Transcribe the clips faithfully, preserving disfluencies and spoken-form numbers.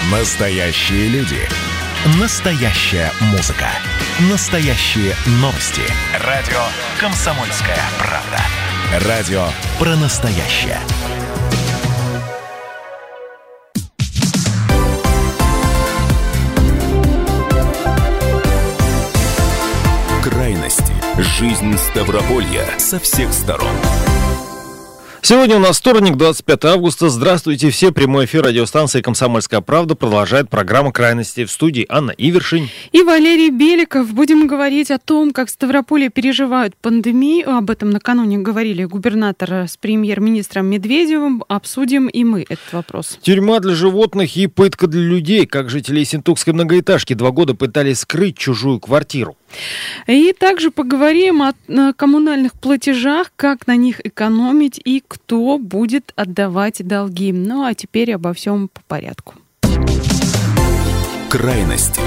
Настоящие люди. Настоящая музыка. Настоящие новости. Радио «Комсомольская правда». Радио про настоящее. Крайности. Жизнь Ставрополья со всех сторон. Сегодня у нас вторник, двадцать пятое августа. Здравствуйте все. Прямой эфир радиостанции «Комсомольская правда» продолжает программа «Крайности». В студии Анна Ивершинь и Валерий Беликов. Будем говорить о том, как в Ставрополье переживают пандемию. Об этом накануне говорили губернатор с премьер-министром Медведевым. Обсудим и мы этот вопрос. Тюрьма для животных и пытка для людей. Как жители Ессентукской многоэтажки два года пытались скрыть чужую квартиру. И также поговорим о коммунальных платежах, как на них экономить и кто будет отдавать долги. Ну а теперь обо всем по порядку. Крайности.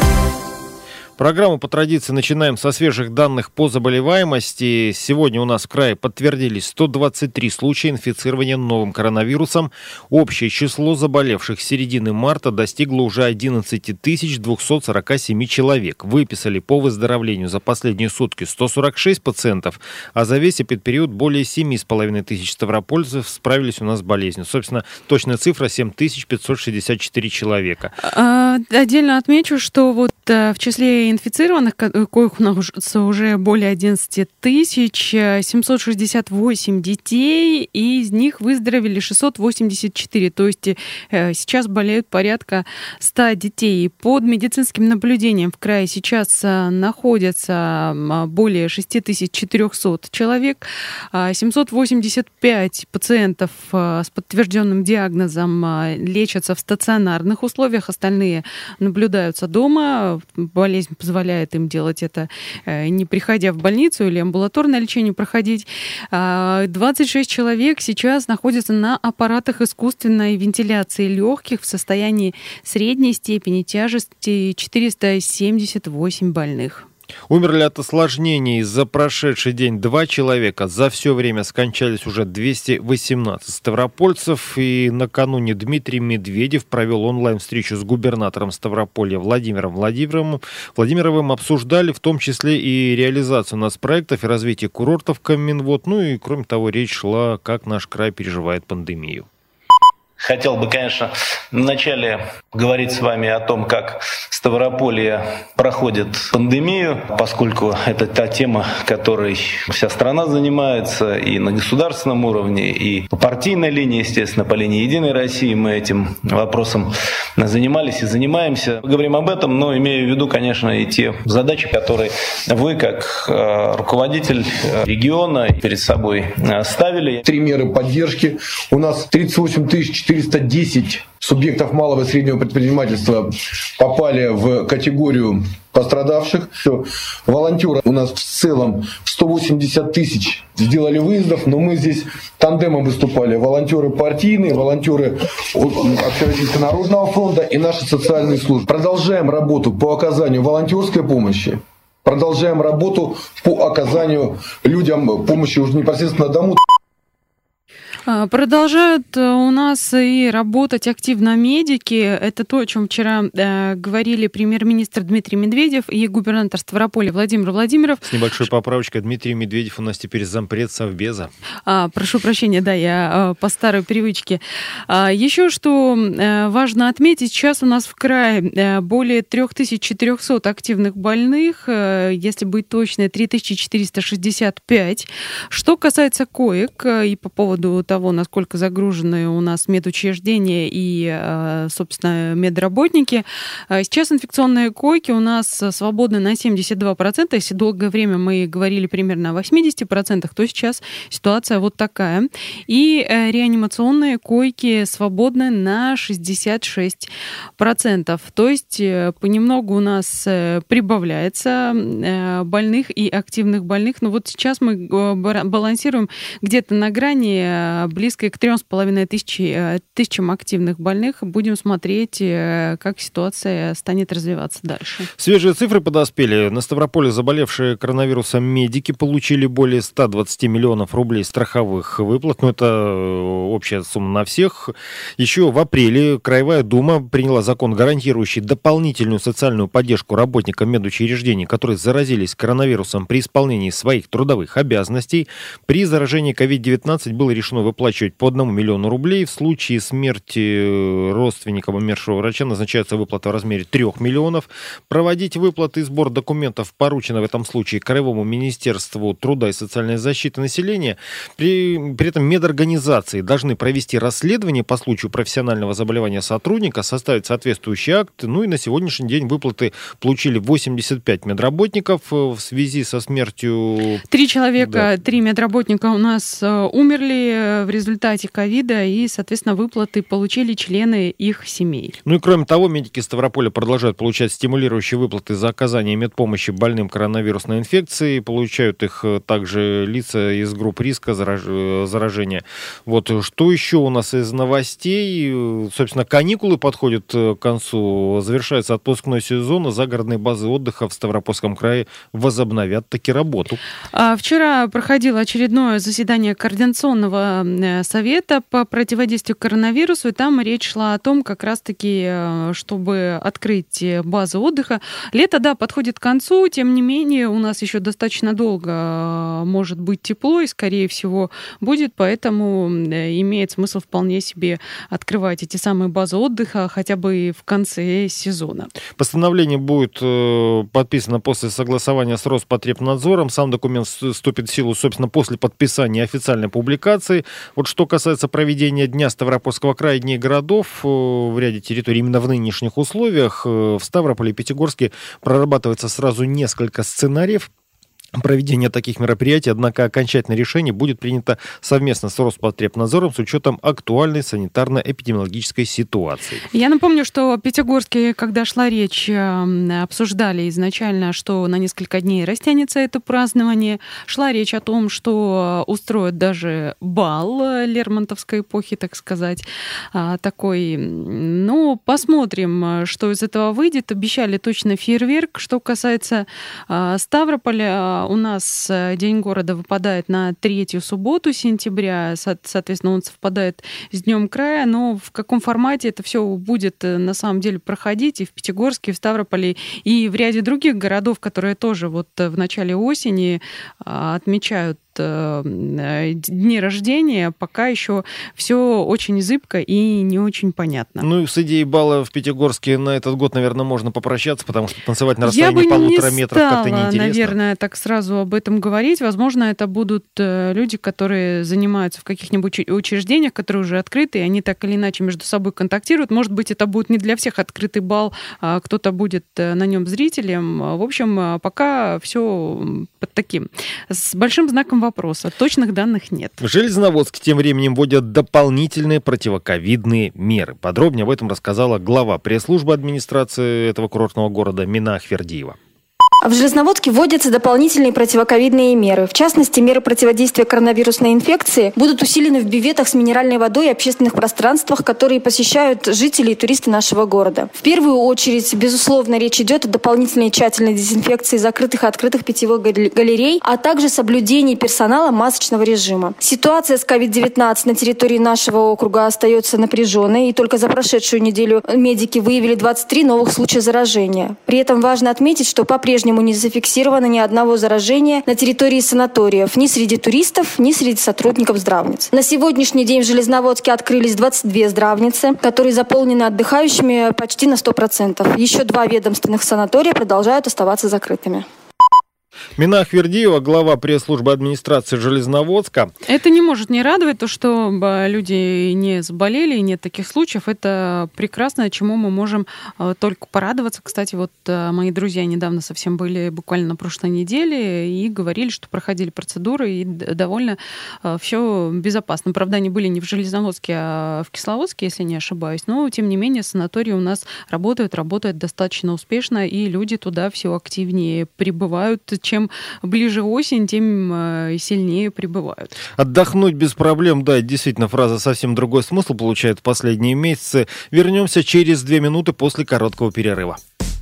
Программу по традиции начинаем со свежих данных по заболеваемости. Сегодня у нас в крае подтвердились сто двадцать три случая инфицирования новым коронавирусом. Общее число заболевших с середины марта достигло уже одиннадцать тысяч двести сорок семь человек. Выписали по выздоровлению за последние сутки сто сорок шесть пациентов, а за весь эпидпериод более семь с половиной тысяч ставропольцев справились у нас с болезнью. Собственно, точная цифра семь тысяч пятьсот шестьдесят четыре человека. А, отдельно отмечу, что вот в числе инфицированных, коих у нас уже более одиннадцать тысяч, семьсот шестьдесят восемь детей, и из них выздоровели шестьсот восемьдесят четыре. То есть сейчас болеют порядка ста детей. Под медицинским наблюдением в крае сейчас находятся более шесть тысяч четыреста человек. семьсот восемьдесят пять пациентов с подтвержденным диагнозом лечатся в стационарных условиях, остальные наблюдаются дома. Болезнь позволяет им делать это, не приходя в больницу или амбулаторное лечение проходить. двадцать шесть человек сейчас находятся на аппаратах искусственной вентиляции легких в состоянии средней степени тяжести, четыреста семьдесят восемь больных. Умерли от осложнений за прошедший день два человека. За все время скончались уже двести восемнадцать ставропольцев. И накануне Дмитрий Медведев провел онлайн-встречу с губернатором Ставрополья Владимиром Владимировым. Владимировым обсуждали в том числе и реализацию у нас проектов и развитие курортов Комминвод. Ну и кроме того, речь шла, как наш край переживает пандемию. Хотел бы, конечно, вначале говорить с вами о том, как Ставрополье проходит пандемию, поскольку это та тема, которой вся страна занимается и на государственном уровне, и по партийной линии, естественно, по линии «Единой России» мы этим вопросом занимались и занимаемся. Говорим об этом, но имею в виду, конечно, и те задачи, которые вы, как руководитель региона, перед собой ставили. Три меры поддержки. У нас тридцать восемь тысяч четыреста десять субъектов малого и среднего предпринимательства попали в категорию пострадавших. Волонтеры у нас в целом сто восемьдесят тысяч сделали выездов, но мы здесь тандемом выступали. Волонтеры партийные, волонтеры Общероссийского народного фронта и наши социальные службы. Продолжаем работу по оказанию волонтерской помощи. Продолжаем работу по оказанию людям помощи уже непосредственно на дому. Продолжают у нас и работать активно медики. Это то, о чем вчера э, говорили премьер-министр Дмитрий Медведев и губернатор Ставрополья Владимир Владимиров. С небольшой поправочкой, Дмитрий Медведев у нас теперь зампред Совбеза. А, прошу прощения, да, я э, по старой привычке. А, еще что э, важно отметить, сейчас у нас в крае э, более три тысячи четыреста активных больных, э, если быть точной, три тысячи четыреста шестьдесят пять. Что касается коек э, и по поводу того, того, насколько загружены у нас медучреждения и, собственно, медработники. Сейчас инфекционные койки у нас свободны на семьдесят два процента. Если долгое время мы говорили примерно о восемьдесят процентов, то сейчас ситуация вот такая. И реанимационные койки свободны на шестьдесят шесть процентов. То есть понемногу у нас прибавляется больных и активных больных. Но вот сейчас мы балансируем где-то на грани близко к трем с половиной тысячам активных больных. Будем смотреть, как ситуация станет развиваться дальше. Свежие цифры подоспели. На Ставрополе заболевшие коронавирусом медики получили более ста двадцати миллионов рублей страховых выплат. Ну, это общая сумма на всех. Еще в апреле Краевая дума приняла закон, гарантирующий дополнительную социальную поддержку работникам медучреждений, которые заразились коронавирусом при исполнении своих трудовых обязанностей. При заражении ковид девятнадцать было решено выплачивать по одному миллиону рублей. В случае смерти родственникам умершего врача назначается выплата в размере трех миллионов. Проводить выплаты и сбор документов поручено в этом случае Краевому министерству труда и социальной защиты населения. При, при этом медорганизации должны провести расследование по случаю профессионального заболевания сотрудника, составить соответствующий акт. Ну и на сегодняшний день выплаты получили восемьдесят пять медработников в связи со смертью... Три человека, да. три медработника у нас умерли в результате ковида, и, соответственно, выплаты получили члены их семей. Ну и кроме того, медики Ставрополя продолжают получать стимулирующие выплаты за оказание медпомощи больным коронавирусной инфекцией. Получают их также лица из групп риска заражения. Вот что еще у нас из новостей? Собственно, каникулы подходят к концу. Завершается отпускной сезон, и загородные базы отдыха в Ставропольском крае возобновят таки работу. Вчера проходило очередное заседание Координационного совета по противодействию коронавирусу, и там речь шла о том, как раз-таки, чтобы открыть базы отдыха. Лето, да, подходит к концу, тем не менее, у нас еще достаточно долго может быть тепло, и, скорее всего, будет, поэтому имеет смысл вполне себе открывать эти самые базы отдыха хотя бы в конце сезона. Постановление будет э, подписано после согласования с Роспотребнадзором. Сам документ вступит в силу, собственно, после подписания официальной публикации. Вот что касается проведения Дня Ставропольского края, Дней городов э, в ряде территорий именно в нынешних условиях, э, в Ставрополе и Пятигорске прорабатывается сразу несколько сценариев проведения таких мероприятий, однако окончательное решение будет принято совместно с Роспотребнадзором с учетом актуальной санитарно-эпидемиологической ситуации. Я напомню, что в Пятигорске, когда шла речь, обсуждали изначально, что на несколько дней растянется это празднование. Шла речь о том, что устроят даже бал Лермонтовской эпохи, так сказать, такой. Ну, посмотрим, что из этого выйдет. Обещали точно фейерверк. Что касается Ставрополя, у нас День города выпадает на третью субботу сентября, соответственно, он совпадает с Днем края, но в каком формате это все будет на самом деле проходить и в Пятигорске, и в Ставрополе, и в ряде других городов, которые тоже вот в начале осени отмечают дни рождения, пока еще все очень зыбко и не очень понятно. Ну и с идеей бала в Пятигорске на этот год, наверное, можно попрощаться, потому что танцевать на расстоянии полутора метров как-то неинтересно. Я бы не стала, наверное, так сразу об этом говорить. Возможно, это будут люди, которые занимаются в каких-нибудь учреждениях, которые уже открыты, и они так или иначе между собой контактируют. Может быть, это будет не для всех открытый бал, а кто-то будет на нем зрителем. В общем, пока все под таким, с большим знаком вопроса. Точных данных нет. В Железноводске тем временем вводят дополнительные противоковидные меры. Подробнее об этом рассказала глава пресс-службы администрации этого курортного города Мина Ахвердиева. В Железноводске вводятся дополнительные противоковидные меры. В частности, меры противодействия коронавирусной инфекции будут усилены в бюветах с минеральной водой и общественных пространствах, которые посещают жители и туристы нашего города. В первую очередь, безусловно, речь идет о дополнительной тщательной дезинфекции закрытых и открытых питьевых галерей, а также соблюдении персонала масочного режима. Ситуация с ковид девятнадцать на территории нашего округа остается напряженной, и только за прошедшую неделю медики выявили двадцать три новых случая заражения. При этом важно отметить, что по-прежнему не зафиксировано ни одного заражения на территории санаториев, ни среди туристов, ни среди сотрудников здравниц. На сегодняшний день в Железноводске открылись двадцать две здравницы, которые заполнены отдыхающими почти на сто процентов. Еще два ведомственных санатория продолжают оставаться закрытыми. Мина Ахвердиева, глава пресс-службы администрации Железноводска. Это не может не радовать, то, что люди не заболели, и нет таких случаев. Это прекрасно, чему мы можем только порадоваться. Кстати, вот мои друзья недавно совсем были, буквально на прошлой неделе, и говорили, что проходили процедуры, и довольно все безопасно. Правда, они были не в Железноводске, а в Кисловодске, если не ошибаюсь. Но, тем не менее, санатории у нас работают, работают достаточно успешно, и люди туда все активнее прибывают, чем ближе осень, тем сильнее прибывают. Отдохнуть без проблем, да, действительно, фраза совсем другой смысл получает в последние месяцы. Вернемся через две минуты после короткого перерыва.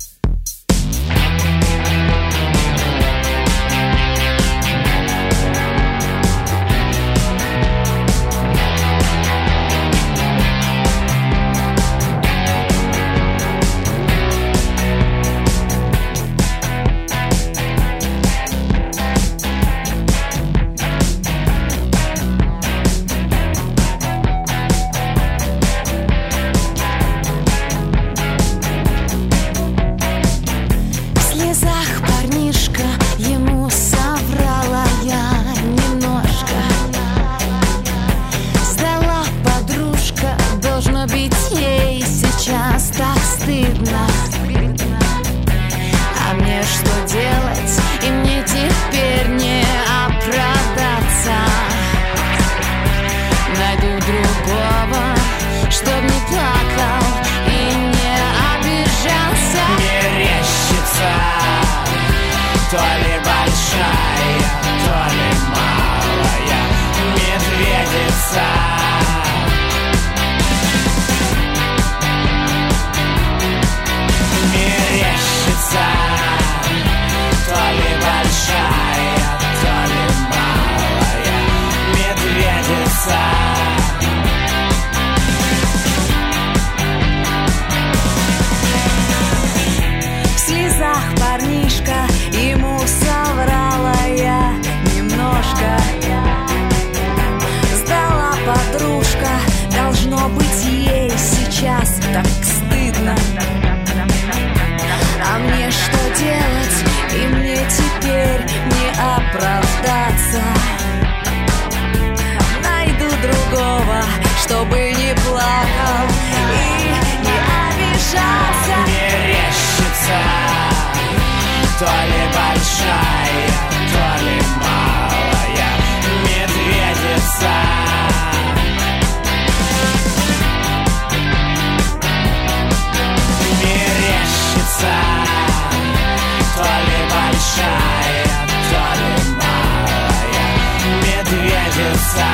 То ли большая, то ли малая медведица. Мерещится. То ли большая, то ли малая медведица. В слезах парнишка, ему соврала я немножко. Сдала подружка, должно быть ей сейчас так стыдно. А мне что делать, и мне теперь не оправдаться. Найду другого, чтобы не плакал и не обижался. Мерещится. То ли большая, то ли малая медведица. Мерещится. То ли большая, то ли малая медведица.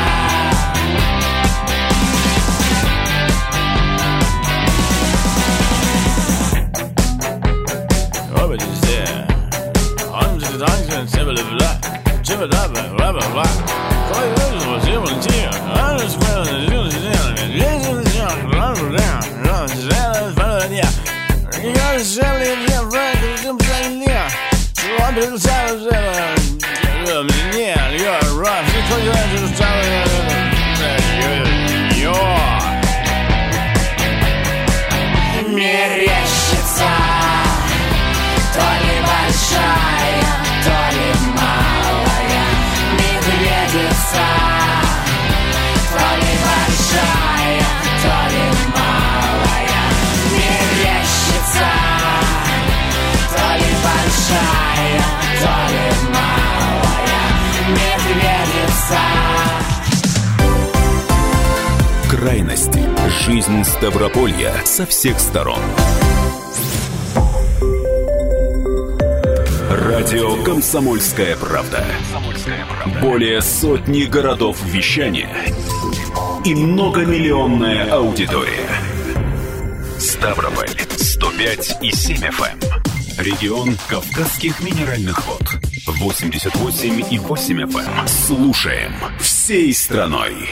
Мерещится. То ли большая, то ли малая медведица. То ли большая, то ли малая мерещится. То ли большая, то ли малая медведица. Крайности. Жизнь Ставрополья со всех сторон. Радио «Комсомольская правда». Более сотни городов вещания и многомиллионная аудитория. Ставрополь сто пять и семь эф эм. Регион Кавказских минеральных вод восемьдесят восемь и восемь эф эм. Слушаем всей страной.